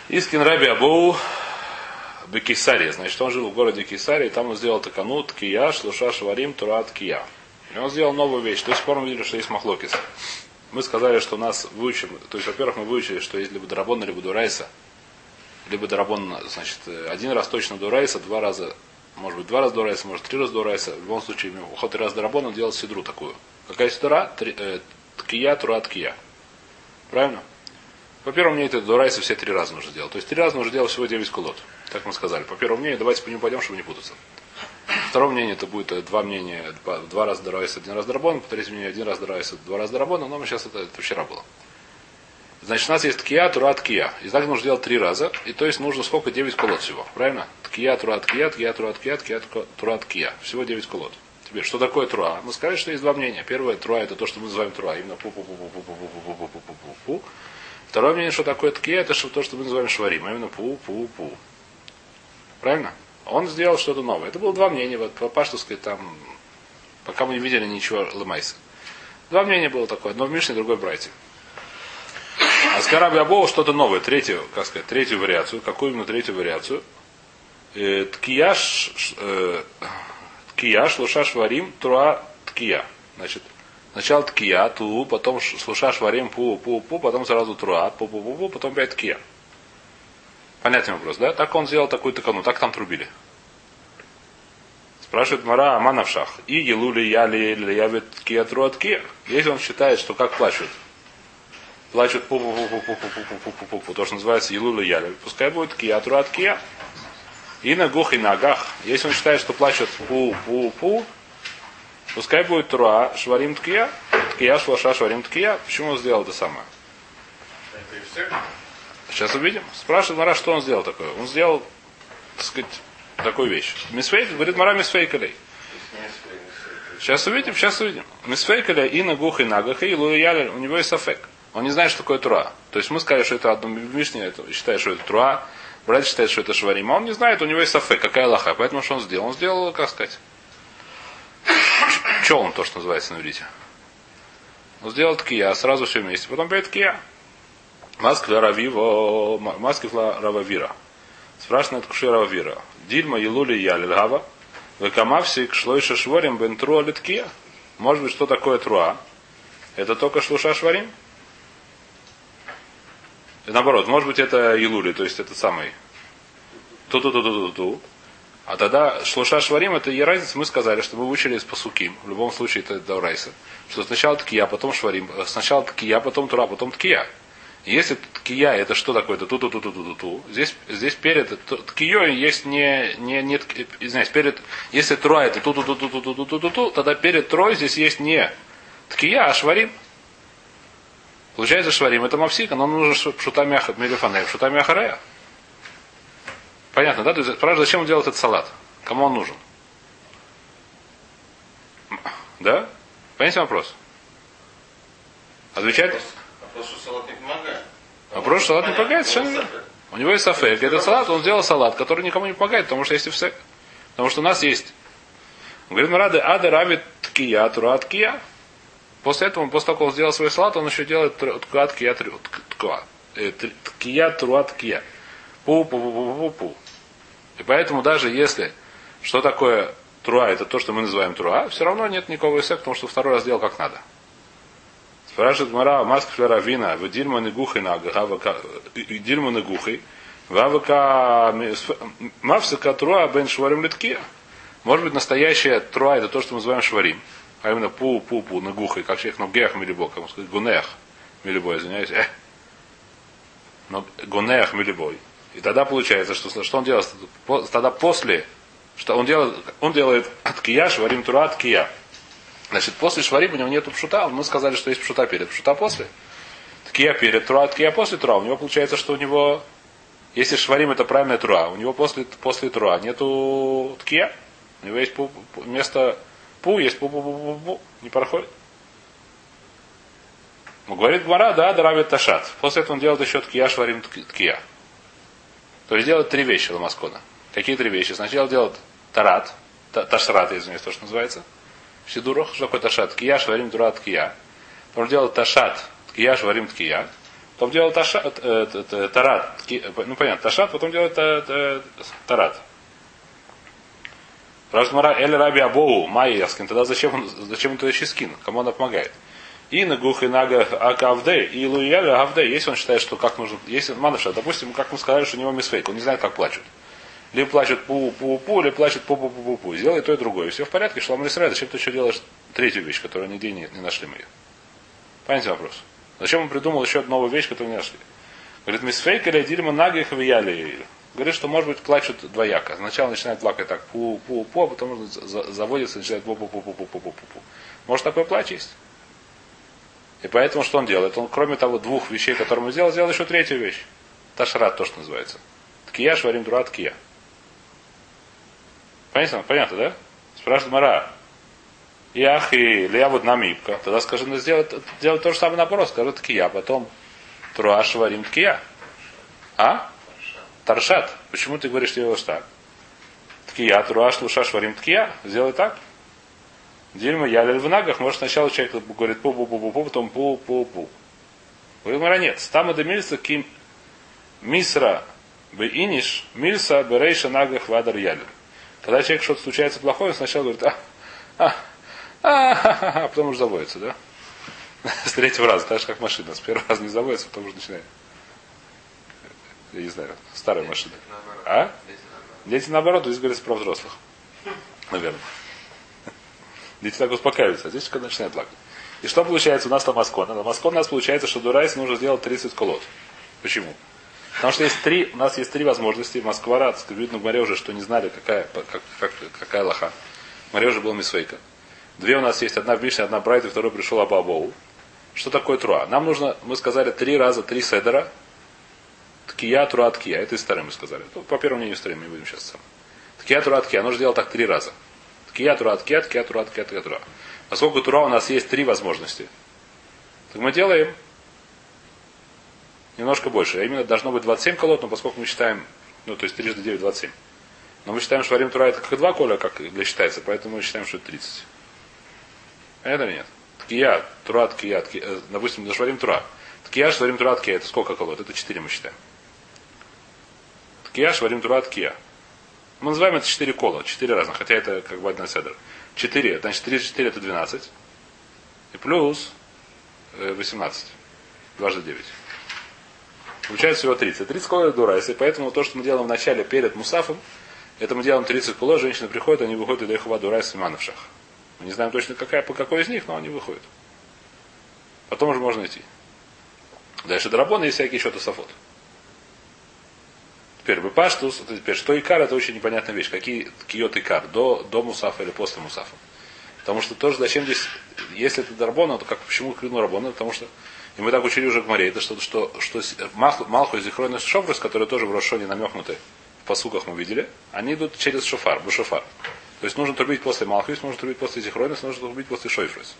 Искин Раби Абоу Бекисария. Значит, он жил в городе Кесарии, там он сделал такану, ткия, шлуша, шварим, тура, ткия. И он сделал новую вещь. До сих пор мы видели, что есть махлокис. Мы сказали, что нас выучим, то есть, во-первых, мы выучили, что есть либо дарабон, либо дурайса. Либо дарабон, значит, один раз точно дурайса, два раза, может быть, два раза дурайса, может, три раза дурайса. В любом случае, уход раз дарабон, он делал сидру такую. Какая сидра? Ткия, тура, ткия. Правильно? По первому мнению, это дурайса все три раза нужно делать. То есть три раза нужно делать всего 9 кулот. Так мы сказали. По первому мнению, давайте по нему пойдем, чтобы не путаться. По второму мнению, это будет два мнения, два раза дурайса, один раз дарабон. По третьему мнению, один раз дурайса, два раза дарабон. Но мы сейчас это вчера было. Значит, у нас есть ткия, тура, ткия. И так нужно делать три раза. И то есть нужно сколько? 9 кулот всего. Правильно? Ткия, тура, ткия, ткия, тура, ткия, ткия, тура, ткия. Всего 9 кулот. Теперь, что такое тура? Мы сказали, что есть два мнения. Первое, тура, это то, что мы называем тура. Именно пу-пу-пу-пу-пу-пу-пу-пу-пу-пу-пу-пу. Второе мнение, что такое ткия, это то, что мы называем шварим. А именно пу-пу-пу. Правильно? Он сделал что-то новое. Это было два мнения. Вот по паштовской там, пока мы не видели ничего лымайса. Два мнения было такое. Одно в Мишне, другое в Брайте. А с Раби Абоу что-то новое. Третью, как сказать, третью вариацию. Какую именно третью вариацию? Ткия, шлуша, шварим, тура, ткия. Значит, сначала ткия, ту, потом шлуша, шварим, пу, потом сразу тура, пу, потом опять ткия. Понятный вопрос, да? Так он сделал такую такану, так там трубили. Спрашивает Мара Амана в шах. И елули яли явит ткия, тура, ткия. Если он считает, что как плачут. Плачут пу, то, что называется елули яли. Пускай будет ткия, тура, ткия. И на гух, и на агах. Если он считает, что плачут пу, пускай будет тура, шварим ткия, ткия, шлаша, шварим ткия. Почему он сделал это самое? Сейчас увидим. Спрашивает Мара, что он сделал такое. Он сделал, так сказать, такую вещь. Мисфейк, говорит Мара, мисфейкалей. Сейчас увидим. Мисфейкалей и на гух, и на агах, и луяля, у него есть афек. Он не знает, что такое тура. То есть мы сказали, что это одно Мишне, считает, что это тура. Брат считает, что это шварим. А он не знает, у него есть афек, какая лоха. Поэтому что он сделал? Он сделал, как сказать, челн, то, что называется на иврите. Он сделал ткия, сразу все вместе. Потом опять ткия. Масква Рававира. Спрашивает Куши Рававира. Дильма Елули Ялильгава. Векамавсик шлойша шварим бен труа литкия. Может быть, что такое труа? Это только шлуша шварим? Наоборот, может быть, это Елули, то есть это самый ту. А тогда шлуша шварим, это и разница, мы сказали, что мы учили из пасуким. В любом случае, это даурайса. Что сначала ткия, потом шварим. Сначала ткия, потом тура, потом ткия. Если ткия, это что такое? Это ту. Здесь перед ткией есть извиняюсь, перед, если труа это ту, тогда перед трой здесь есть не ткия, а шварим. Получается, шварим это мавсика, но нам нужно пшута мелифаней, пшута мяхарея. Понятно, да? То есть, спрашивают, зачем он делает этот салат? Кому он нужен? Да? Понятен вопрос? Отвечает? Вопрос, что салат не помогает. Вопрос, что салат не помогает, совершенно верно. У него есть афек. Этот салат, он сделал салат, который никому не помогает, потому что есть и все. Потому что у нас есть. Он говорит, Марады, ада равит ткия, тура ткия. После этого, после того, как он сделал свой салат, он еще делает ткия, тура ткия. Пу. И поэтому даже если, что такое труа, это то, что мы называем труа, все равно нет никакого эффекта, потому что второй раз сделал как надо. Спрашивает Мара, маск флеравина, в дильманы гухой дильманы гухой, вавака мавсика труа бен шварим литкия. Может быть, настоящая труа, это то, что мы называем шварим. А именно пу, на гухой, как человек ногех милибо, как можно сказать, гунех милибой, извиняюсь. Но гунех милибой. И тогда получается, что он делает? Тогда после, что он делает ткия, шварим тура, ткия. Значит, после шварим у него нету пшута, мы сказали, что есть пшута перед, пшута после. Ткия перед тура, ткия после тура. У него получается, что у него, если шварим это правильная тура, у него после тура нету ткия. У него есть вместо пу, есть пу, не проходит. Ну, говорит Гмара, да, даравит ташат. После этого он делает еще ткия, шварим ткия. То есть делает три вещи ламаскона. Какие три вещи? Сначала делает тарат, ташрат, извиняюсь, то, что называется. В сидурах, что такое ташат? Ткия, шварим, тура, ткия. Потом делает ташат, ткия, шварим, ткия. потом делает тарат. Ну понятно, ташат, потом делает тарат. Ражмара эль раби абоу, майя яскин. Тогда зачем он туда щискин? Кому она помогает? И на гух и нага акавдей, и луяля авдей. Если он считает, что как нужно. Если манавша, допустим, как мы сказали, что у него мисфейк, он не знает, как плачут. Либо плачут пу-пу-пу, либо плачут пу-пу-пу-пу-пу. Сделай то и другое. И все в порядке, шлам Исраиль. Зачем ты еще делаешь третью вещь, которую нигде не нашли мы ее? Понимаете вопрос? Зачем он придумал еще одну новую вещь, которую не нашли? Говорит, мисфейк или дильма нага их вияли. Говорит, что может быть плачут двояко. Сначала начинает плакать так пу-пу-пу, а потом заводится и начинает пу-пу-пу-пу-пу-пу-пу. Может такой плач есть? И поэтому что он делает? Он, кроме того двух вещей, которые мы сделал еще третью вещь. Ташрат, то, что называется. Ткия, шварим дура, ткия. Понятно, да? Спрашивает Мара. Ях и лявуд намипка. Тогда скажи, ну сделать то же самое наоборот. Скажи ткия, потом труа, шварим, ткия. А? Таршат. Почему ты говоришь, что делаешь так? Ткия, труа, шлуша, шварим, ткия. Сделай так. Дильма, я в нагах, может сначала человек говорит пу-пу-пу-пу, потом пу-пу-пу. Говорит, Мара, нет. Стама демильса ким мисра беиниш мильса берейша нагах вадар ялин. Когда человек что-то случается плохое, он сначала говорит, а потом уже заводится, да? С третьего раза, так же как машина. С первого раза не заводится, потом уже начинает. Я не знаю, старая машина. А? Дети наоборот, здесь говорится про взрослых. Наверное. Дети так успокаиваются, а здесь когда начинают плакать. И что получается у нас на Маскон? На Маскон у нас получается, что Дурайс нужно сделать 30 колод. Почему? Потому что у нас есть три возможности. Москва, видно в море уже, что не знали, какая лоха. В море уже был Мисвейка. Две у нас есть, одна в Мишне, одна в Брайте, второй пришел Абабоу. Что такое труа? Нам нужно, мы сказали, 3 раза 3 седера. Ткия, труа, ткия. Это из старой мы сказали. Ну, по первому мнению старым, не будем сейчас сам. Ткия, труа, ткия. Нужно делать так 3 раза. Ткия, труа, ткия, ткия, труа, ткия, ткия, труа. Поскольку тура у нас есть 3 возможности, так мы делаем немножко больше. А именно должно быть 27 колод, но поскольку мы считаем, ну то есть 3 × 9 27. Но мы считаем, что варим тура это как 2 коля, как для считается, поэтому мы считаем, что это 30. Это нет. Ткия, тура, ткия, допустим, даже варим тура. Ткия, шварим тура, ткия, это сколько колод? Это 4 мы считаем. Ткия, шварим тура, ткия. Мы называем это 4 кола, 4 разных, хотя это как бы один седер. 4, значит 3 4 это 12. И плюс 18. Дважды 9. Получается всего 30. 30 кола это дурайс. И поэтому то, что мы делаем в начале перед мусафом, это мы делаем 30 кола, женщины приходят, они выходят и дайхува дурайс и мановшах. Мы не знаем точно, по какой из них, но они выходят. Потом уже можно идти. Дальше драбон и всякие еще тософот. Теперь бепаштус, теперь что икар, это очень непонятная вещь. Какие киот икар, до мусафа или после мусафа. Потому что тоже зачем здесь, если это драбона, то как почему клюну рабона? Потому что, и мы так учили уже в море, это что Малху и Зихройный Шофрес, которые тоже в Рошоне намекнуты, в посуках мы видели, они идут через шофар, бушофар. То есть нужно трубить после Малхус, нужно трубить после Зихройнес, нужно трубить после Шойфрес.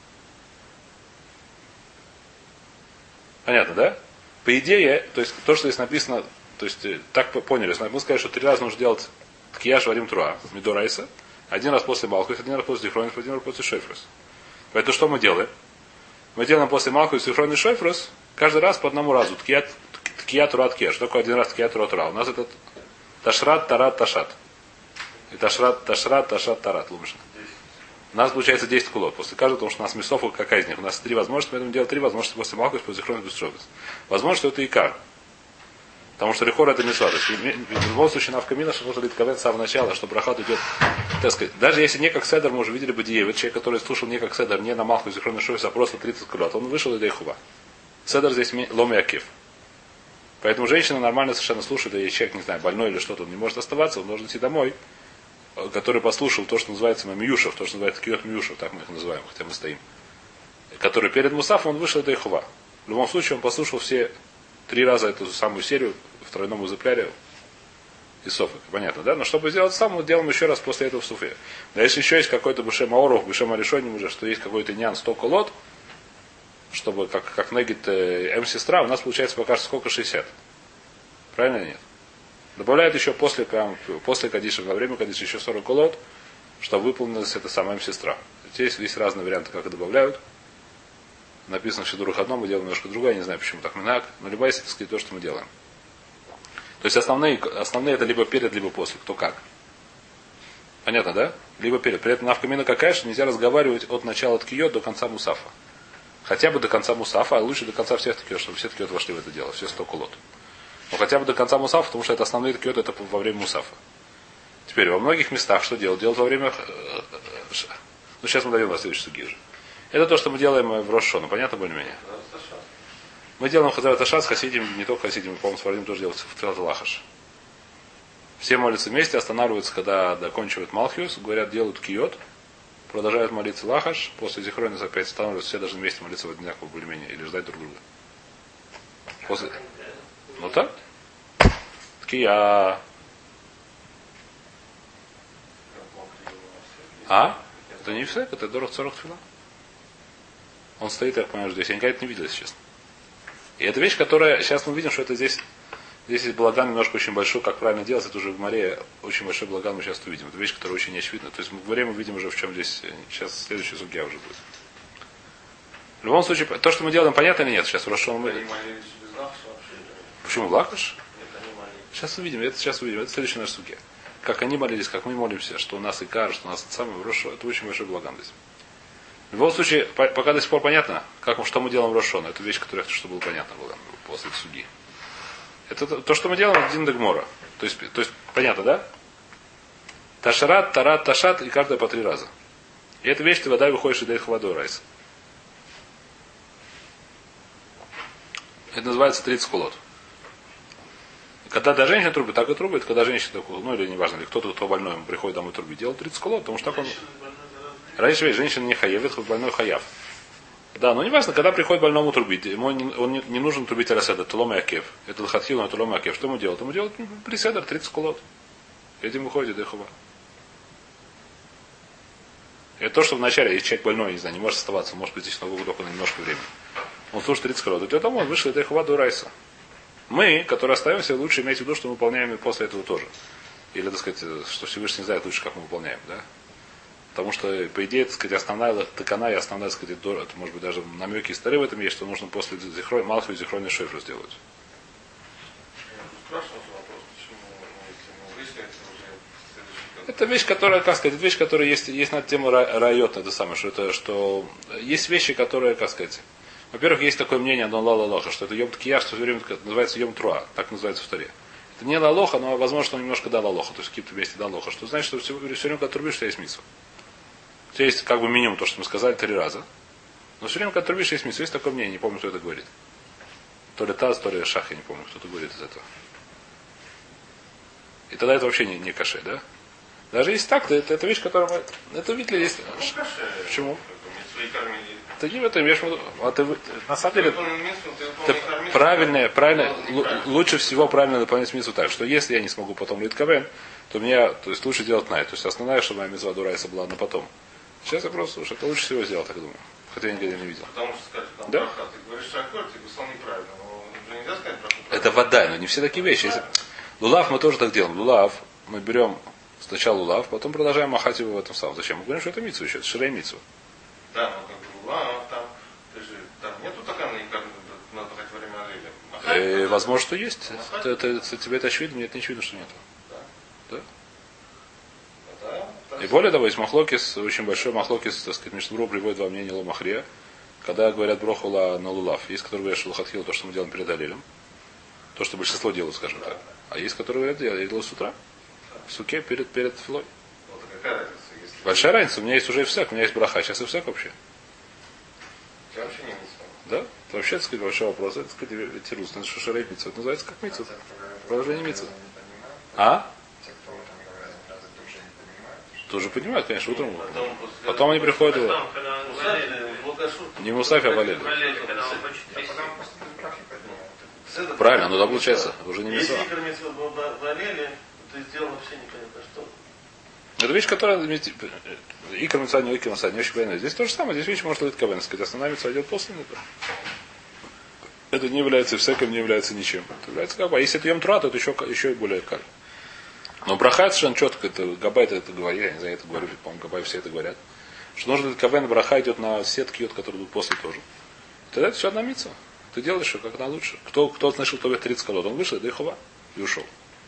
Понятно, да? По идее, то есть то, что здесь написано, то есть так поняли, мы сказали, что 3 раза нужно делать ткияш варим труа, мидорайса, 1 раз после Малхус, 1 раз после Зихройнес, 1 раз после Шойфрес. Поэтому что мы делаем? Мы делаем после Малхус, Зихройнес, Шойфрес, каждый раз по одному разу. Ткия, тура, ткия. Что такое 1 раз ткия, тура, тура? У нас это ташрат, тарат, ташат. И ташрат, ташат, тарат, лумшин. У нас получается 10 кулот. После каждого, потому что у нас мясов, какая из них? У нас 3 возможности, поэтому делать 3 возможности после Малхус, после Зихройнес, после Шойфрес. Возможно, что это икар. Потому что рехор это митцва. То есть в любом случае навкамина, что нужно говорить с самого начала, что брахат идет, так сказать. Даже если не как седер, мы уже видели бы Диевит, человек, который слушал не как седер, не на Малху и Зихройнес Шойфрес, а просто 30 кулот, он вышел и дейхува. Седер здесь лом и акив. Поэтому женщина нормально совершенно слушает, и человек, не знаю, больной или что-то, он не может оставаться, он должен идти домой, который послушал то, что называется мамиюшев, то, что называется киот миюшев, так мы их называем, хотя мы стоим. Который перед мусафом, он вышел до Ихува. В любом случае, он послушал все 3 раза эту самую серию в тройном экземпляре из Софы. Понятно, да? Но чтобы сделать сам, мы делаем еще раз после этого в Суфе. Да если еще есть какой-то Бешем Аоров, Бешем Аришоним уже, что есть какой-то нян 100 колод, чтобы как негит М-сестра, у нас получается пока что сколько? 60. Правильно или нет? Добавляют еще после Кадиша, во время Кадиша еще 40 колод, чтобы выполнилась эта самая М-сестра. Здесь есть разные варианты, как и добавляют. Написано в Сидурах одно, мы делаем немножко другое, я не знаю почему так минак, но любая, так сказать, то, что мы делаем. То есть основные это либо перед, либо после, кто как. Понятно, да? Либо перед. При этом навкамина какая, что нельзя разговаривать от начала ткиот до конца мусафа. Хотя бы до конца мусафа, а лучше до конца всех ткиот, чтобы все ткиот вошли в это дело, все 100 кулот. Но хотя бы до конца мусафа, потому что это основные ткиот, это во время мусафа. Теперь, во многих местах что делать? Делать во время... Ну, сейчас мы дойдем до следующей суги же. Это то, что мы делаем в Рошону. Понятно более-менее? Мы делаем Хазарат Ашат с хасидим, не только хасидим, по-моему, с Фарадим тоже делают в Тфилат Лахаш. Все молятся вместе, останавливаются, когда докончивают Малхиус, говорят, делают киот, продолжают молиться Лахаш, после Зихронис опять останавливаются, все должны вместе молиться в одинаково более-менее, или ждать друг друга. После... Ну так? Кия. А? Это не все, это Дорох Цорох Тфила. Он стоит, я понимаю, здесь. Я никогда это не видел, если честно. И это вещь, которая... Сейчас мы видим, что это здесь... Здесь есть балаган немножко очень большой, как правильно делать. Это уже в море очень большой балаган мы сейчас увидим. Это вещь, которая очень очевидна. То есть в море мы видим уже, в чем здесь... Сейчас следующая судья уже будет. В любом случае, то, что мы делаем, понятно или нет? Сейчас хорошо мы... Почему Лахаш? Сейчас увидим. Это сейчас увидим. Это следующая наша судья. Как они молились, как мы молимся, что у нас икар, что у нас самый хороший. Это очень большой балаган здесь. В любом случае, пока до сих пор понятно, что мы делаем в Рошону. Это вещь, которая я хочу, чтобы было понятно было после суги. Это то, что мы делаем в Дин Дегмора. То есть, понятно, да? Ташарат, тарат, ташат, и каждая по 3 раза. И эта вещь, ты вода выходишь и дай хваду райс. Это называется 30 кулот. Когда до женщины трубит, так и трубит. Когда женщина, ну или неважно, или кто-то, кто больной, ему приходит домой трубить, делает 30 кулот, потому что так он... Раньше ведь женщина не хаевит, больной хаяв. Да, но не важно, когда приходит больному трубить, ему он не нужен трубить аляседа, тулом и акев. Это лхатхил, но тулом и акев. Что ему делать? Ему делать приседер 30 кулот. Этим выходит дехува. Это то, что вначале, если человек больной, не знаю, не может оставаться, может быть, здесь только на немножко времени. Он слушает 30 кулот. И для того он вышел из дехува до райса. Мы, которые остаемся, лучше иметь в виду, что мы выполняем и после этого тоже. Или, так сказать, что Всевышний знает лучше, как мы выполняем, да? Потому что, по идее, так сказать, основная такана и основная, так сказать, это, может быть, даже намеки истории в этом есть, что нужно после Малху и Зихройный Шойфру сделать. Это вещь, которая, как сказать, это вещь, которая есть над темой райот, это самое, что есть вещи, которые, как сказать, во-первых, есть такое мнение, но лалалоха, что это йом ткия, что все время называется йом труа, так называется в таре. Это не лалоха, но возможно, что он немножко да лалоха, то есть в каких-то месте да лоха, что значит, что все время, когда трубишь, что есть митсва. У тебя есть как бы минимум то, что мы сказали 3 раза. Но все время, когда трубишь, есть митсва. Есть такое мнение, не помню, кто это говорит. То ли Таз, то ли Шах, я не помню, кто-то говорит из этого. И тогда это вообще не каше, да? Даже если так, то это вещь, которая... Это видно есть... Почему? Ты не в этом имеешь в виду. На самом деле, правильно, лучше всего правильно выполнять митсву так, что если я не смогу потом литкавен, то мне, то есть лучше делать най. То есть основная, чтобы моя митсва дурайса была на потом. Сейчас я просто слушаю, это лучше всего сделать, так думаю. Хотя я никогда не видел. Потому что сказать, там да? браха, ты говоришь шаколь, ты писал неправильно. Но нельзя сказать браху. Это вода, но не все такие вещи. Если... Лулав мы тоже так делаем. Лулав мы берем сначала лулав, потом продолжаем махать его в этом самом. Зачем? Мы говорим, что это митсва еще, это ширей митсва. Да, но как бы лулав, там нету такая, надо махать во время аллея. Возможно, что есть. Тебе это очевидно, мне это не очевидно, что нету. Да? И более того, есть махлокис, очень большой махлокис, так сказать, Мишнабру приводит во мнение Ломахрия, когда говорят брохула на лулав. Есть, которые говорят, что лохатхил, то, что мы делаем перед аллелем. То, что большинство делают, скажем так. А есть, которые говорят, я делаю с утра. В суке перед флой. Большая разница. У меня есть уже и всяк, у меня есть браха. Сейчас и всяк вообще. Вообще не митсва. Да? Это вообще, так сказать, большой вопрос. Это, так сказать, тирус. Это шушерей митсва. Это называется как митсва. Продолжение митсва. А? Тоже понимают, конечно, утром. Потом они приходят его. Не Мусафи, а Валель. Правильно, но да получается, уже не митсва. Если митсва Валели, ты сделал вообще непонятно что. Это вещь, которая икр митсва, не икр митсва, не очень понятно. Здесь то же самое, здесь вещь может быть кавен, сказать, основная митсва идет после этого. Это не является всяким, не является ничем. Это является как бы, а если это ем труа, то это еще и более каль. Но браха совершенно четко, это Габай это говорит, я не знаю, я это говорю, по-моему, Габай все это говорят, что нужно этот кавен, браха идет на все ткиот, которые идут после тоже. Тогда это все одна митцва. Ты делаешь ее как на лучше. Кто слышал, кто 30 колод, он вышел, да и хова, и ушел.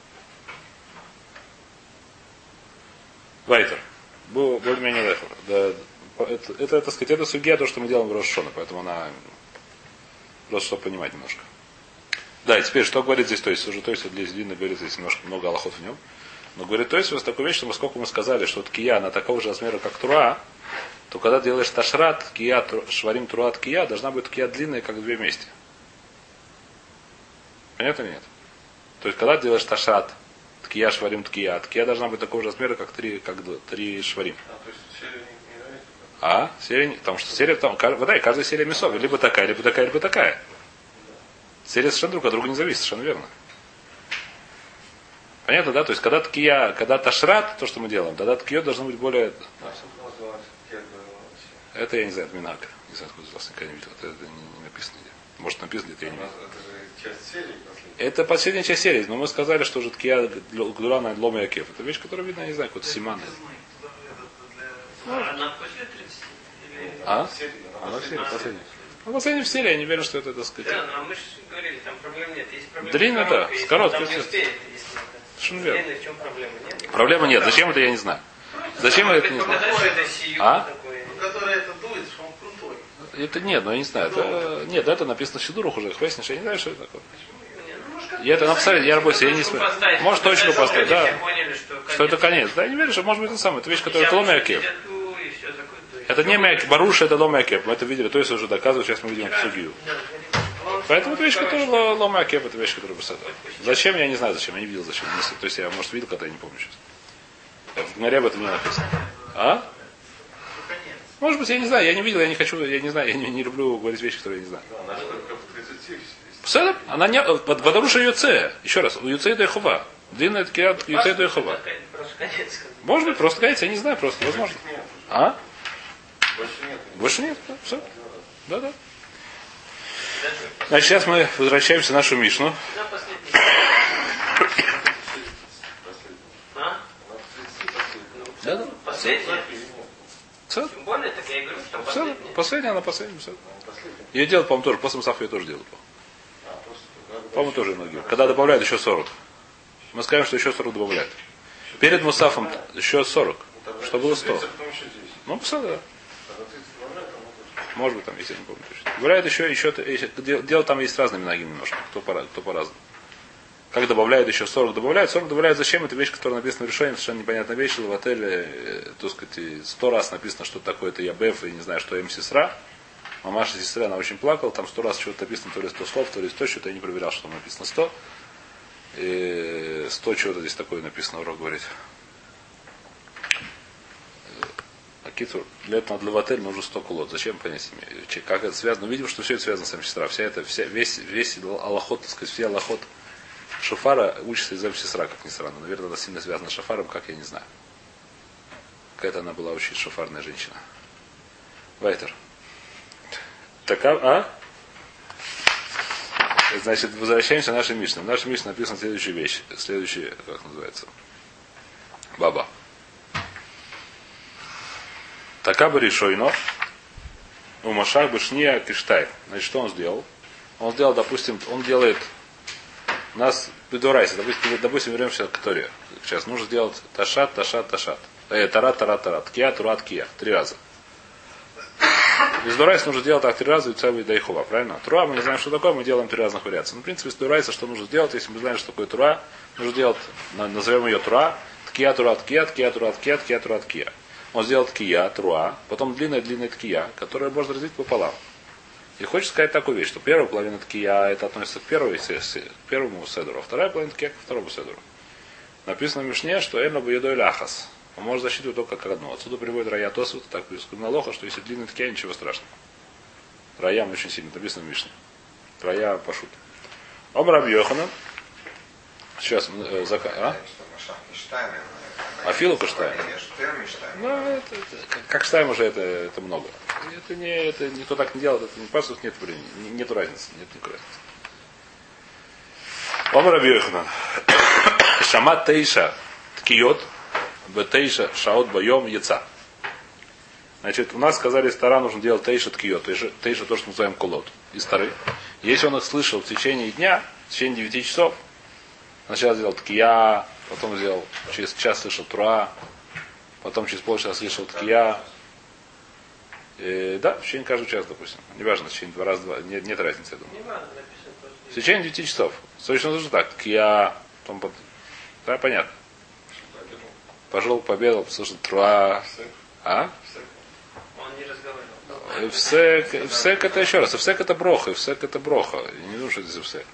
Вайтер. Был более-менее лехор. Да, это, так сказать, это сугия, то, что мы делаем в Рошона, поэтому она просто чтобы понимать немножко. Да, и теперь, что говорит здесь, то есть, уже то есть, для длинно говорит, здесь немножко много аллахот в нем. Но говорит, то есть, у вас такую вещь, что поскольку мы сказали, что вот кия, она такого же размера, как тура, то когда делаешь ташрат, кия, шварим тура кия, должна быть кия длинная, как две вместе. Понятно или нет? То есть, когда делаешь ташрат, ткия, шварим, ткия, ткия должна быть такого же размера, как три шварим. То есть серия не нравится? Серия, потому что серия, там, да, и каждая серия мясов, либо такая, либо такая, либо такая. Серия совершенно друг от друга не зависит, совершенно верно. Понятно, да? То есть, когда ткия, когда ташрат, то, что мы делаем, тогда ткиё должно быть более... Это я не знаю, это минак. Не знаю, откуда взялся, никогда не видел. Это не написано где. Может, написано где-то, я не видел. Это же часть серии последняя. Это последняя часть серии, но мы сказали, что уже ткия гдурана лома и акеф. Это вещь, которая видно, я не знаю, какой-то симан. Она после 30? Она Серия, последняя. Ну, последняя в серии, я не верю, что это, так сказать. Да, но мы же говорили, там проблем нет. Есть проблема Длинно, да, с короткой. Там не успеет, если Совершенно верно. длинно, в чем проблема? Нет? Проблемы нет. Зачем это, я не знаю. Зачем это, не знаю. Показать, что это сию такое. который это дует, что он крутой. Это нет, но я не знаю. Это, нет, это написано в Сидурах уже. Хвестнешь, я не знаю, что это такое. Ну, Я это написали, я работаю, я не смотрю. Может точку поставить, да. Поняли, Что это конец. Да, я не верю, что может быть это самое. Это вещь, которая это лома и акеф. Это не мяк, баруша, это лома и акеф. Мы это видели, то есть уже доказывают, сейчас мы видим судью. Поэтому это вещь, которая лома и акеф, это вещь, которая высота. Зачем, я не знаю зачем, я не видел зачем. То есть я, может, видел, когда я не помню сейчас. В Гнаре об этом не написано. Может быть, я не знаю, я не видел, я не хочу, я не знаю, я не люблю говорить вещи, которые я не знаю. Она же только 30. Псалом? Она не... Бадаруша Юце. Еще раз. У Юце это Ихова. Длинная ткия Юце это Ихова. Может быть, просто конец, я не знаю, просто возможно. Больше нет. Больше нет, да, все. Да. Значит, сейчас мы возвращаемся в нашу Мишну. Да. Последняя. Все. Тем более, так я и говорю, что последняя. Последняя, она последняя. Все. Я делал, по-моему, тоже. После Мусафа я тоже делал. По-моему, тоже многие. Когда добавляют еще 40. Мы скажем, что еще 40 добавляют. Перед Мусафом еще 40. Что было 100. Ну, да. Может быть, там, если я не помню точно. Добавляют еще дело там есть разные минаги немножко. Кто по-разному. Как добавляют еще 40 добавляют зачем? Это вещь, которая написана в решении, совершенно непонятная вещь. В отеле, так сказать, 100 раз написано, что такое это Ябеф, и не знаю, что Сестра. Мамаша сестра, она очень плакала, там 100 раз чего-то написано, то ли 100 слов, то ли 100, что-то я не проверял, что там написано 100. И 100 чего-то здесь такое написано, урок говорит. Акитур, для этого для в отель нужно 100 кулот. Зачем понять себе? Как это связано? Видим, что все это связано с сестра. Весь аллахот, так сказать, все аллахот шофара учится из сестра, как ни странно. Наверное, она сильно связана с шофаром, как я не знаю. Какая-то она была очень шофарная женщина. Вайтер. Значит, возвращаемся к нашей Мишне. В нашей Мишне написана следующая вещь. Следующая, как называется? Баба. Такаба решойно. У Машах Башния Киштай. Значит, что он сделал? Он сделал, допустим, он делает нас бедурайся. Допустим, вернемся к Торе. Сейчас нужно сделать ташат. Тарат. Ткия, тура, ткия. 3 раза. Из дурайса нужно делать так 3 раза и целый дайхова, правильно? Тура, мы не знаем, что такое, мы делаем 3 разных вариации. Ну, в принципе, из дурайса что нужно сделать, если мы знаем, что такое тура, нужно делать, назовем ее тура, ткия, тура, ткия. Он сделал ткия, тура, потом длинная ткия, которая можно разделить пополам. И хочет сказать такую вещь, что первая половина ткия, это относится к первому седору, а вторая половина ткия к второму седору. Написано в Мишне, что эльна буедой ляхас. Он может засчитывать только как одно. Отсюда приводит Рая Тосфот, так на лоха, что если длинный ткия, ничего страшного. Рая очень сильно, написано в Мишне. Рая пашут. Омраб Йоханан. Сейчас Афилу Каштайм. Ну, как Штайм уже это много. Это никто так не делает, это не пасут, нет времени. Нету разницы. Нет никакой разницы. Омраб Йоханан. Шамат Тейша ткиот. Бетейша шаот боем яца. Значит, у нас сказали, из Тара нужно делать тейша ткио, тейша то, что называем кулот, из Тары. Если он их слышал в течение дня, в течение 9 часов, сначала сделал ткия, потом сделал, через час слышал тура, потом через полчаса слышал ткия. Да, в течение каждого часа, допустим. Неважно, в течение 2 раза, нет разницы, я думаю. Не важно, написано просто. В течение 9 часов. Точно нужно так. Ткия, потом, да, понятно. Пошел, победил, слышал труа. А? Он не разговаривал. Всек это еще раз. Всек это броха. Всек это броха. Я не думаю, что это всек.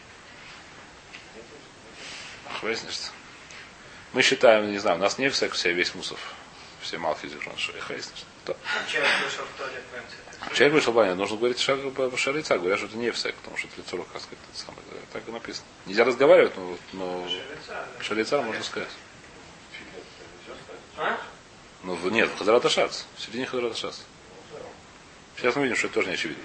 Выяснишься. Мы считаем, не знаю, у нас не всек, все весь мусов. Все малки зижон. Человек вышел в туалет, наверное. Человек вышел в баню, нужно говорить шарица, говорят, что это не всек, потому что это лицо рука, сказать, это самое. Так и написано. Нельзя разговаривать, но шарица можно сказать. А? Ну, нет, в Хазарат Ашац. В середине Хазарат Ашац. Сейчас мы видим, что это тоже не очевидно.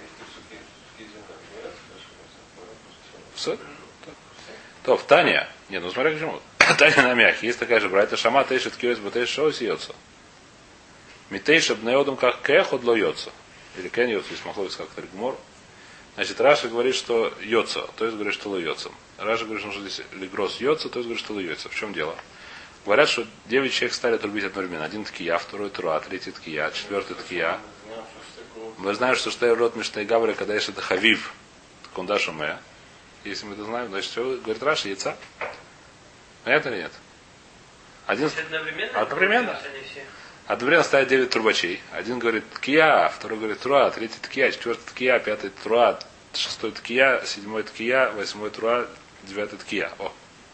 Все? То, в Таня. Нет, ну смотри, к чему. Таня на мягкий. Есть такая же брайта Шама, Тейшет Киос, Батейш Шоу сьется. Митейша бнеодом как кехот ло йоца. Или кен йоца, если махловец как Таргмор. Значит, Раша говорит, что йоца, то есть говорит, что ло йоца. Раша говорит, что здесь лигрос йоца, то есть говорит, что ло йоца. В чем дело? Говорят, что 9 человек стали трубить одновременно. Один ткия, второй труа, третий ткия, четвертый ткия. Мы знаем, что штей рот Миштай Гаври, когда есть это хавив, кундашу мэ. Если мы это знаем, значит, все, говорит Раша, яйца. Понятно или нет? Один... Одновременно. Одновременно ставят 9 трубачей. Один говорит ткия, второй говорит труа, третий ткия, четвертый ткия, пятый труа, шестой ткия, седьмой ткия, восьмой труа, девятый ткия. О.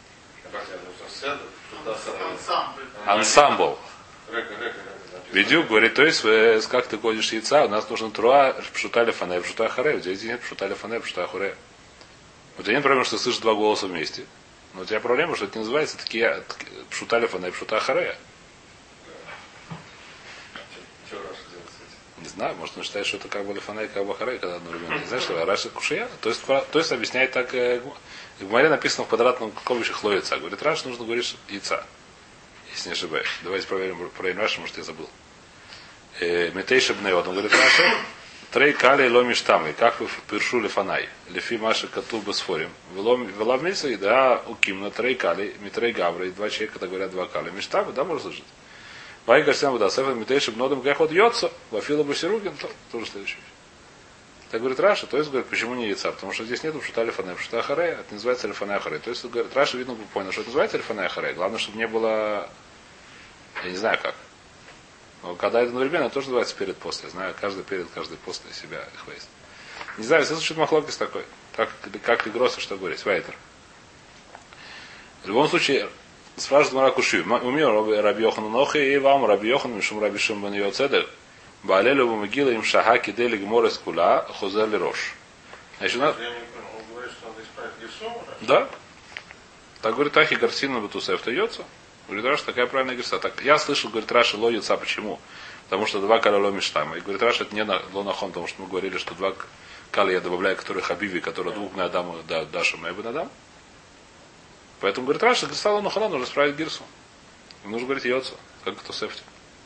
Ансамбл. Видюк говорит, то есть, как ты ходишь яйца, у нас нужно труа, пшутали фане, пшута харе. У тебя здесь нет пшутали фане, пшута харе. У тебя нет проблемы, что ты слышишь 2 голоса вместе. Но у тебя проблема, что это не называется такие пшутали фане, пшута харе. Не знаю, может он считает, что это как бы лифанай, как бы харай, когда одновременно. Не знаю, что Раша кушия. То есть объясняет так, в море написано в квадратном ковище хлоица. Говорит, Раша нужно говорить яйца. Если не ошибаюсь. Давайте проверим Раша, может я забыл. Метейша бнеот. Он говорит, Раша, трей кали ломиш там. И как вы першу лифанай. Лифи маши кату басфорим. Вела миса и да укимна трей кали, митрей гавры. 2 человека, когда говорят 2 кали. Миштабы, да, можно слышать? Вайгар сам вода, сефер митейшим нодом гехот йоца, вафила басиругин, тоже следующий. Так говорит Раша, то есть говорит, почему не яйца? Потому что здесь нету пшута лифанай, пшута харей, это называется лифанай харей. То есть говорит, Раша, видно, понял, что это называется лифанай харей. Главное, чтобы не было, я не знаю как. Но когда это одновременно, тоже называется перед-после. Знаю, каждый перед, каждый после себя их выяснит. Не знаю, если слышит махлокис такой, как Игроса, что говорить, Вайтер. В любом случае, спрашивает Мара Куши. Умер Раби Йохан Нохи и вам Раби Йохан Мишум Раби Шимон Йоцедек. Баалелю Бумагила им Шахаки Дели Гморес Кула Хозели Рош. Значит, он говорит, что надо исправить герсу? Да. Так говорит Ахи Гарсина Батусев Тойоца. Говорит, Раша, такая правильная герса. Так, я слышал, говорит Раша, ло яйца. Почему? Потому что 2 каля ло миштама. И говорит, Раша, это не лонахон, потому что мы говорили, что 2 каля я добавляю, которые хабиби, которые 2 на Адаму Даша Мэйбы на Адам. Поэтому, говорит, Раша, герса лонахона, нужно исправить герсу. И нужно говорить йоца, как кто сефти.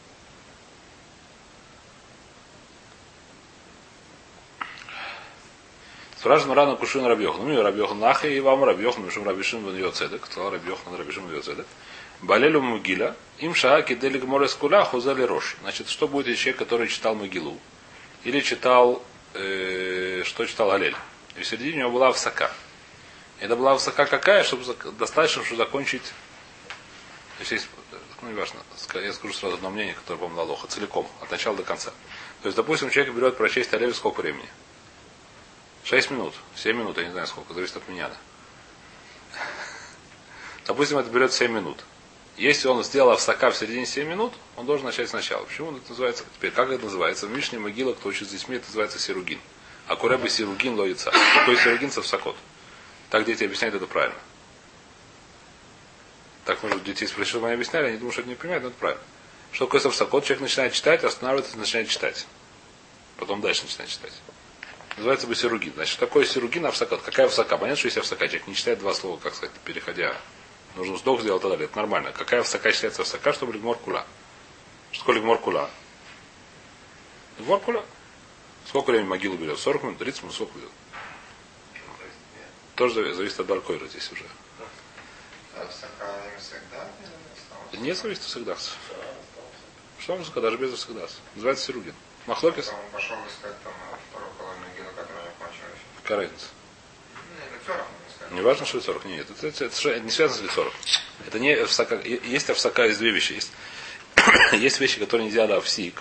Спрашивает Марана Кушин Рабьехан. Ну, Рабьехан Нахи и вам Рабьехан, Мишум Рабишин Ван Йоцедек. Сказал Рабьехан Рабишин Ван Йоцедек. Балелю Мугиля. Им Шааки Делик Морес Куля Хузали Рош. Значит, что будет, если человек, который читал Могилу? Или читал, что читал Алель? И в середине у него была всака. Это была высока какая, чтобы достаточно, чтобы закончить. Есть, ну, не важно, я скажу сразу одно мнение, которое помнил Алоха, целиком, от начала до конца. То есть, допустим, человек берет прочесть Алель сколько времени? 6 минут, 7 минут, я не знаю сколько, зависит от меня. Допустим, это берет 7 минут. Если он сделал авсака в середине 7 минут, он должен начать сначала. Почему это называется? Теперь, как это называется? В Мишне Могила, кто учит с детьми, это называется сиругин. А куребы сиругин лоица. Какой сиругин со всакот? Так дети объясняют это правильно. Так, может, детей спросили, что они объясняли, они думают, что это не понимают, но это правильно. Что такое совсакот? Человек начинает читать, останавливается и начинает читать. Потом дальше начинает читать. Называется бы сиругин. Значит, что такое сиругин, авсакот? Какая авсака? Понятно, что есть авсака. Человек не читает 2 слова, как сказать, переходя. Нужно вздох сделать, тогда это нормально. Какая авсака считается авсака, чтобы лигмор кула? Что такое лигмор кула? Двор куля. Сколько времени могилу берет? 40 минут, 30 минут, сколько берет? Тоже зависит от Балькойра здесь уже. Не зависит от Сагдахса. Что он сказал? Даже без Сагдахса. Называется Сиругин. Махлокис? Он пошел искать там вторую половину могилы, которая закончилась. Какая разница? Лицорах, Не важно, что лицорах. Нет, это не связано с лицорах. Это не овсака. Есть овсака, есть две вещи. Есть вещи, которые нельзя да овсик.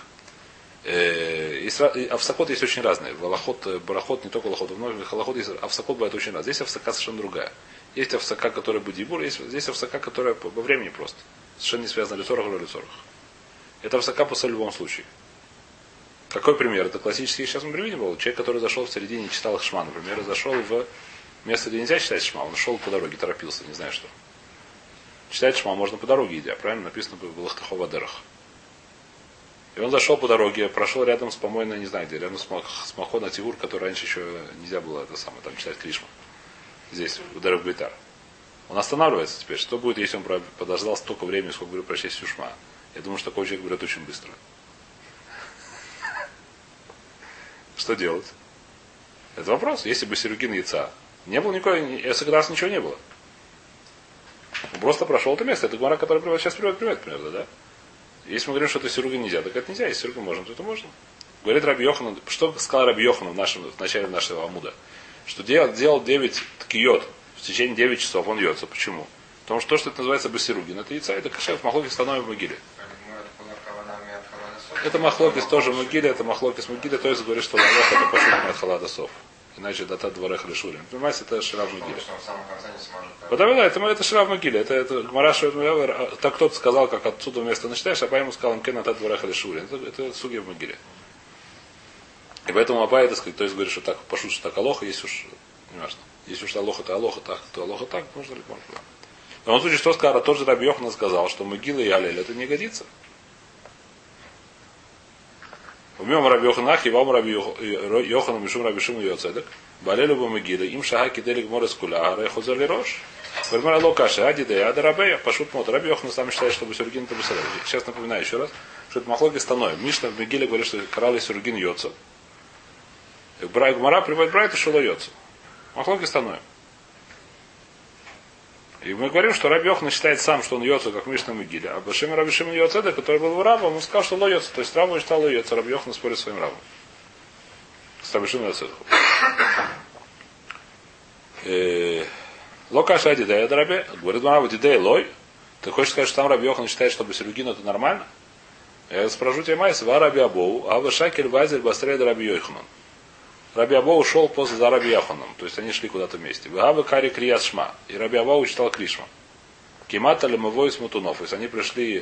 Овсакот есть очень разные. Валахот, барахот, не только лохот, в многих халахот есть. Овсакот бывает очень разный. Здесь овсака совершенно другая. Есть овсака, которая будибур, есть здесь овсака, которая по времени просто. Совершенно не связана лицорах или лицорах. Это овсака после в любом случае. Какой пример? Это классический, сейчас мы приведем был. Человек, который зашел в середине и читал Шма, например, зашел в место, где нельзя читать Шма, он шел по дороге, торопился, не знаю что. Читать Шма можно по дороге идя, правильно? Написано в Лахтаховадерах. И он зашел по дороге, прошел рядом с помойной, не знаю где, рядом с Махона Тивур, который раньше еще нельзя было это самое, там читать Кришма. Здесь, в Дерев Бейтар. Он останавливается теперь. Что будет, если он подождал столько времени, сколько говорю прочесть всю Шма? Я думаю, что такой человек берет очень быстро. Что делать? Это вопрос. Если бы Сирюгин яйца не было никакой, раз ничего не было. Он просто прошел это место. Это гмара, который сейчас приводит пример, примерно, да? Если мы говорим, что это Сирюгин нельзя, так это нельзя. Если Сирюгин можно, то это можно. Говорит Раби Йохан, что сказал Раби Йохан в начале нашего амуда? Что делал 9 ткиот, в течение 9 часов он йется. Почему? Потому что то, что это называется басирюгин, это яйца, это кашев, махлокис становим в могиле. Это махлокис тоже в могиле, это махлокис в могиле, то есть говорит, что лалох это пошутим от халадасов. Иначе дата дворех решурим. Понимаете, это шира в могиле. Потому что это шира в могиле. Это гмара шует. Так кто-то сказал, как отсюда вместо начитаешь, а ему сказал, кен дата дворех решурим. Это суги в могиле. И поэтому Абай, так сказать, то есть говорит, что так пошут, что так алоха, есть уж, не важно. Если уж алоха, то алоха так, то алоха так, можно ли можно. В том случае, что сказал, тот же Раби Йохан сказал, что могила и алель это не годится. Умем Раби Йоханах, и вам Раби Йохану, Мишум Раби Шиму Йоцедек, Балелю бы могила, им шагаки делик море скуля, а рехозер ли рош. Вермара локаши, ади ада рабея, пошут мот. Раби Йохан сам считает, что Басюргин это бесалей. Сейчас напоминаю еще раз, что это махлоки становим. Мишна в Мегиле говорит, что карали Сюргин йоца. Гмара приводит Брайта, что лоется. Махлоки становим. И мы говорим, что Раби Йохан считает сам, что он йоца, как Мишна Мегиле. А Башим Раби Шимон Йоцедек, который был рабом, он сказал, что лоется. То есть Раба считал лоется. Раби Йохан спорит с своим рабом. С Раби Шимон Йоцедеком. Локаша Адидея Дарабе. Говорит Марава Дидея Лой. Ты хочешь сказать, что там Раби Йохан считает, что Басюргин это нормально? Я спрошу тебя, Майс, Ва Раби Абоу, а Вашакель Вазель Бастрей Раби Йоханан. Раби Абоу ушел после за Раби Яханом, то есть они шли куда-то вместе. Вагаба Кари Крият Шма. И Раби Абоу читал Кришма. Кимата Лемовой из Мутунов. То есть они пришли.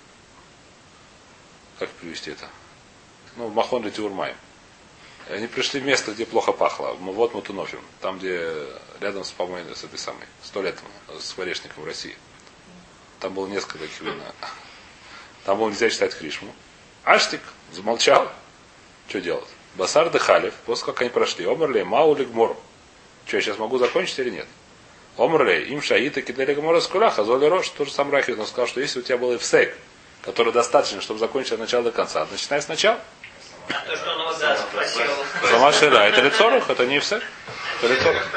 Как перевести это? Ну, в Махон Ретиурмай. Они пришли в место, где плохо пахло. В Мавот Мутунофим. Там, где рядом с помойной, с этой самой, 100 лет с Варешником в России. Там было несколько таких видно. Там было нельзя читать Кришму. Аштик замолчал. Что делать? Басар де Халев, после как они прошли. Омрлей, Маули Гмор. Что, я сейчас могу закончить или нет? Омрлей, им шаита кидели Гмора скуля, хазоли рош. Тот же сам Рахид, он сказал, что если у тебя был эфсек, который достаточно, чтобы закончить от начала до конца, начинай сначала. То, что он его да, спросил. Замашира, это лицорах, это не эфсек. Это лицорах.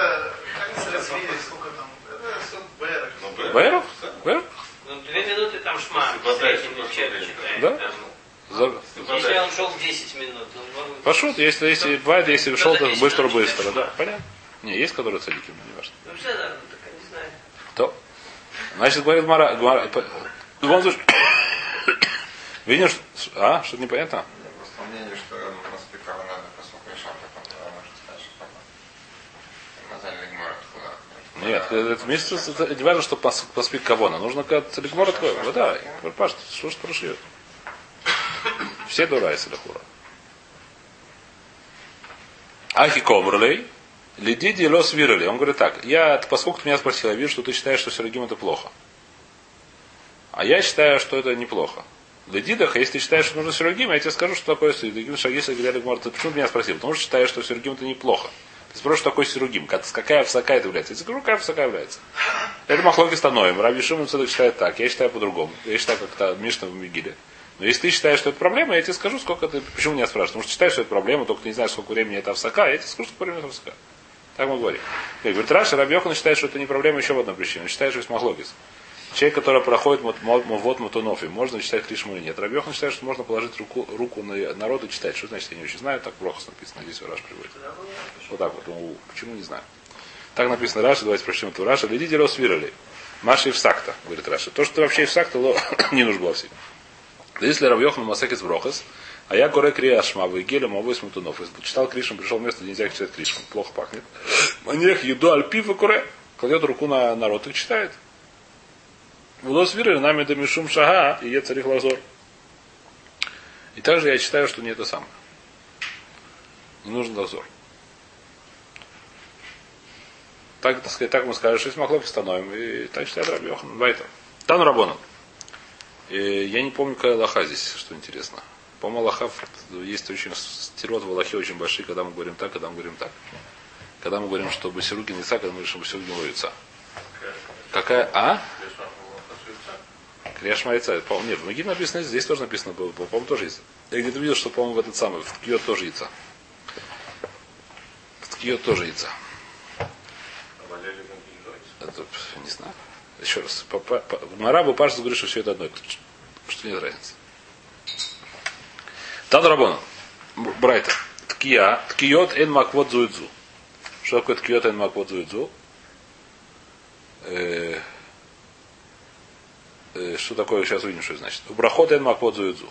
Бэров? Бэров? Ну, 2 минуты там шма. Да? Если он шел 10 минут, он... Пошут, если бывает, если ушел, то быстро, да, понятно. Не, есть, которые цадики, но не важно. Ну, все, да, так я не знаю. То. Значит, говорит Мара, в любом случае, видишь, что-то непонятно? Просто мнение, что наспекала надо поскольку решал, потом может сказать, что Мазаль Лигмор откуда. Нет, это месяц, не важно, что поспик кого, нужно как Лигмор откроет. Вот да, Паш, что ж прошьет? Все дурайся лехура. Ахи комрлей, лидиди лос вирали. Он говорит так, поскольку ты меня спросил, я вижу, что ты считаешь, что Сирогим это плохо. А я считаю, что это неплохо. Лидидах, если ты считаешь, что нужно Сирогим, я тебе скажу, что такое Сирогим. Шагиса говорили, ты почему меня спросил? Потому что считаешь, что Сирогим это неплохо. Ты спрашиваешь, что такое Сирогим, какая всака это является. Я тебе скажу, какая всака является. Это махлоки становим. Раби Шимон Цедек считает так, я считаю по-другому. Я считаю, как-то Мишна в Мегиле. Но если ты считаешь, что это проблема, я тебе скажу, сколько ты. Почему меня спрашиваешь? Потому что считаешь, что это проблема, только ты не знаешь, сколько времени это овсака, я тебе скажу, сколько времени это овсака. Так мы говорим. Говорит, Раша Раби Йохан считает, что это не проблема еще в одной причине. Он считает, что есть махлокис. Человек, который проходит вот Матунофи, можно читать Кришму или нет. Раби Йохан считает, что можно положить руку на народ и читать. Что значит, я не очень знаю, так плохо написано. Здесь Раш приводит. Вот так вот. Почему не знаю. Так написано Раша, давайте прочтем это Раша. Лидите свирали. Маши в сакта, говорит Раша. То, что ты вообще в сакта, не нужно было всем. Если Раби Йохан Масекис Брохас, а я горе Криашма, вы гелем, а вы Матунов. Читал Кришм, пришел в место, где нельзя читать Кришм. Плохо пахнет. Манех, еду, альпив и куре. Кладет руку на народ и читает. Вулос виры, нами домишум шага, и е царих лазор. И также я считаю, что не это самое. Не нужен лазор. Так, так сказать, так мы скажем, что если махлоки становим, и так считает Раби Йохан. Вайтер. Тану Рабону. Я не помню, какая лоха здесь, что интересно. По-моему, лоха есть очень стерот в лохе очень большие, когда мы говорим так, когда мы говорим так. Когда мы говорим, что Басиругин яйца, когда мы говорим, что Басиругин яйца. Какая? А? Крияшма яйца. Нет, в Магиле написано, здесь тоже написано было, по-моему, тоже яйца. Я где-то видел, что, по-моему, в этот самый, в Ткиот тоже яйца. В Ткиот тоже яйца. Это, не знаю. Еще раз. Марабу Паша говорит, что все это одно. Что нет разницы. Тан Рабона. Брайта. Ткия. Ткиот эн маквот зуидзу. Что такое ткиот эн маквот зуидзу? Что такое, сейчас увидим, что это значит. Убрахот эн маквот зуидзу.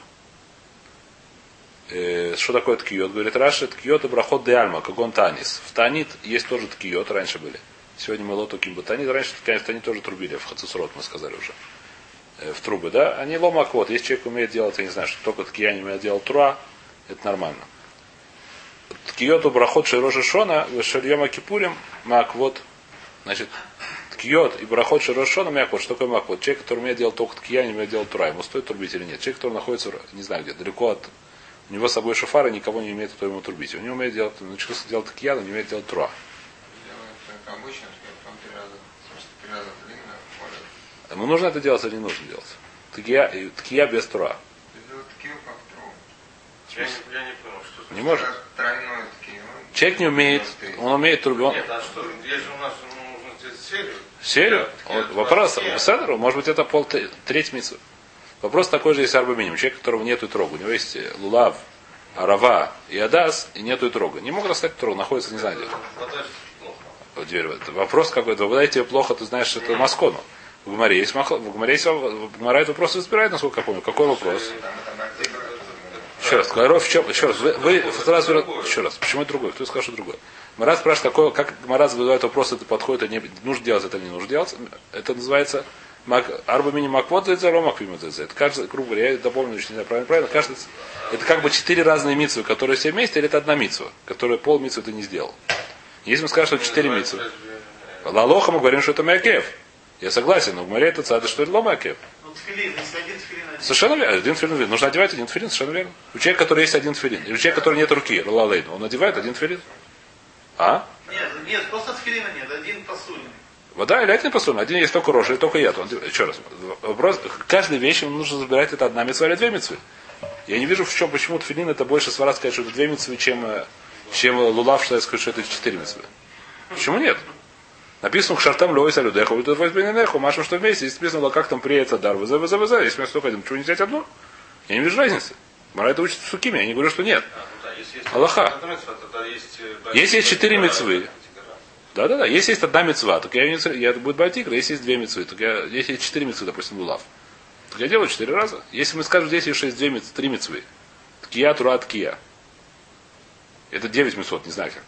Что такое ткиот? Говорит Раша, ткиот и брахот де альма, как он танис. В танит есть тоже ткиот, раньше были. Сегодня мы лоту кимба танит. Раньше, конечно, танит тоже трубили. В Хацисрот мы сказали уже. В трубы, да? Они ломаквот. Если человек умеет делать, я не знаю, что только ткия не умеет делать труа, это нормально. Ткиот у брахот широши шона, шельема кипурим, маквот. Значит, ткиот и брахот широши шона, маквот. Что такое маквот? Человек, который умеет делать только ткия, не умеет делать труа. Ему стоит трубить или нет? Человек, который находится, не знаю где, далеко от... У него с собой шофара, никого не умеет, кто ему трубить. Он не умеет делать, научился делать ткия, но не умеет делать труа. Обычно, потом 3 раза длинно, может. Ему нужно это делать или не нужно делать? Ткия без труа. Я не понял, что это. Не может. Тройной ткию. Человек не умеет, он умеет трубить. Нет, а что, есть же у нас, нужно сделать серию. Серию? Вопрос, Седеру, может быть, это треть митцвы. Вопрос такой же есть арба минимум. Человек, у которого нету трога. У него есть лулав, арава и адас, и нету трога. Не могут достать трог, находится не знаю где. Дверь. Вопрос какой-то. Вода тебе плохо, ты знаешь, что это маскону. В Гмаре есть Гмара этот вопрос разбирает, насколько я помню. Какой вопрос? Еще раз, Кларов, в чем? Еще раз, вы сразу еще раз. Почему это другой? Кто сказал, что другое? Гмара спрашивает, как Гмара задает вопрос, это подходит, это не нужно делать, это не нужно делать. Это называется арба мини маквот за это, ромак это. Это кажется, грубо говоря, я дополню, не знаю, правильно, кажется, это как бы 4 разные митцвы, которые все вместе, или это одна митцва, которая пол митцвы ты не сделал. Если мы скажем, что 4 митцвы. Лалоха мы говорим, что это Мякев. Я согласен, но в Гмаре это цада, что это Ломакев. Совершенно верно. Один тфилин. Нужно одевать один тфилин, совершенно верно. У человека, который есть один тфилин. Или у человека, который нет руки, лалейн, он одевает один тфилин. А? Нет, просто тфилина нет, один посульный. Вода или один посульный. Один есть только рожа, или только яд. Еще раз. Вопрос, каждой вещи нужно забирать, это одна митцва или 2 митцвы. Я не вижу, в чем, почему тфилин это больше свара сказать, что это 2 митцвы, чем лулав, что это 4 митцвы. Почему нет? Написано к шартам лёй салюдеху, вот это возьминенеху, машем, что вместе. Здесь написано, как там приедется дар, вз. Здесь вместо только один. Почему не взять одну? Я не вижу разницы. Мара это учит в Сукиме, я не говорю, что нет. Аллаха. Если есть 4 митцвы, да. Если есть одна митцва, так я будет бальтикра. Если есть 2 митцвы, так если есть 4 митцвы, допустим, лулав, так я делаю 4 раза. Если мы скажем, здесь есть 3 митцвы, ткия, тура, ткия. Это 9 митцвот, не знаю как.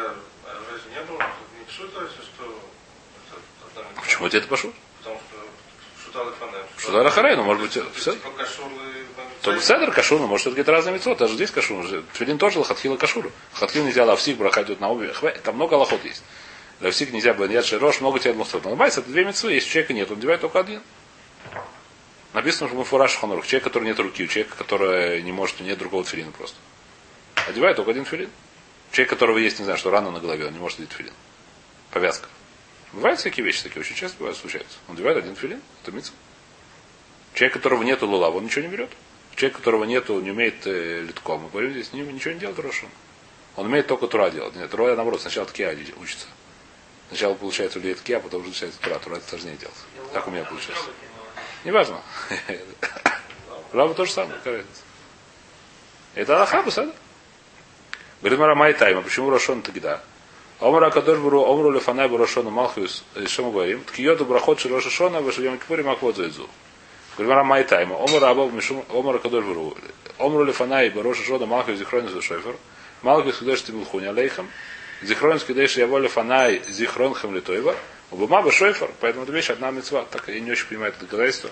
Почему это пошут? Потому что Шутал Харей, ну может быть, все. Только седер кашур, но может это какие-то разные митцвот, даже здесь кашур. Тфилин тоже лохатхила кашуру. Хатхил нельзя лавсик, браха идет на обе. Там много лохот есть. Лавсик нельзя баньят широш, много тебя митцвот. Но это 2 митцвы, если человека нет, он одевает только один. Написано, что мы фураж ханур. Человек, который нет руки, у человека, который не может, нет другого тфилина просто. Одевает только один тфилин. Человек, которого есть, не знаю, что рана на голове, он не может одеть тфилин. Повязка. Бывают всякие вещи такие, очень часто бывают, случаются. Он одевает один тфилин, это митцва. Человек, которого нету лулава, он ничего не берет. Человек, которого нету, не умеет литком. Мы говорим, здесь ничего не делать Рошон. Он умеет только Тура делать. Нет, Тура, наоборот, сначала ткия учится. Сначала получается влияет ткия, а потом уже начинается Тура. Тура это сложнее делать. Так у меня получается. Неважно. Раба то же самое, какая разница. Это Аллаха, да? Говорит Мара Майтайма, почему Рошон тогда? Омра Кадош Буру, Омру Лефанай Бурошону Малхиус, что мы говорим? Ткиоту Брахот Широша Шона, Вашильем Кипури Маквот Зайзу. Говорит Мара Майтайма, Омра Абав Мишум, Омра Кадош Буру, Омру Лефанай Буроша Шона Малхиус Зихронис Шойфер, Малхиус Кадош Тимилхуни Алейхам, Зихронис Кадеш Яво Лефанай Зихронхам Литойва, Убума Башойфер, поэтому это вещь одна мецва. Так я не очень понимаю это доказательство.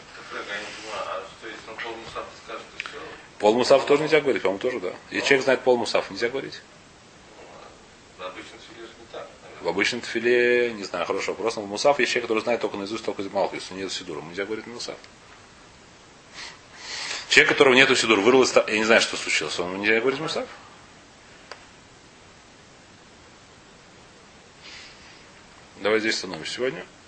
Пол мусаф тоже нельзя говорить, по-моему, тоже, да. Если человек знает пол мусаф, нельзя говорить. В обычном тфиле, не знаю, хороший вопрос, но в мусаф есть человек, который знает только наизусть, только из Малхиус, нет сидура. Нельзя говорить на мусаф. Человек, которого нету сидур, вырвалось, я не знаю, что случилось, он нельзя говорить мусаф. Давай здесь остановимся сегодня.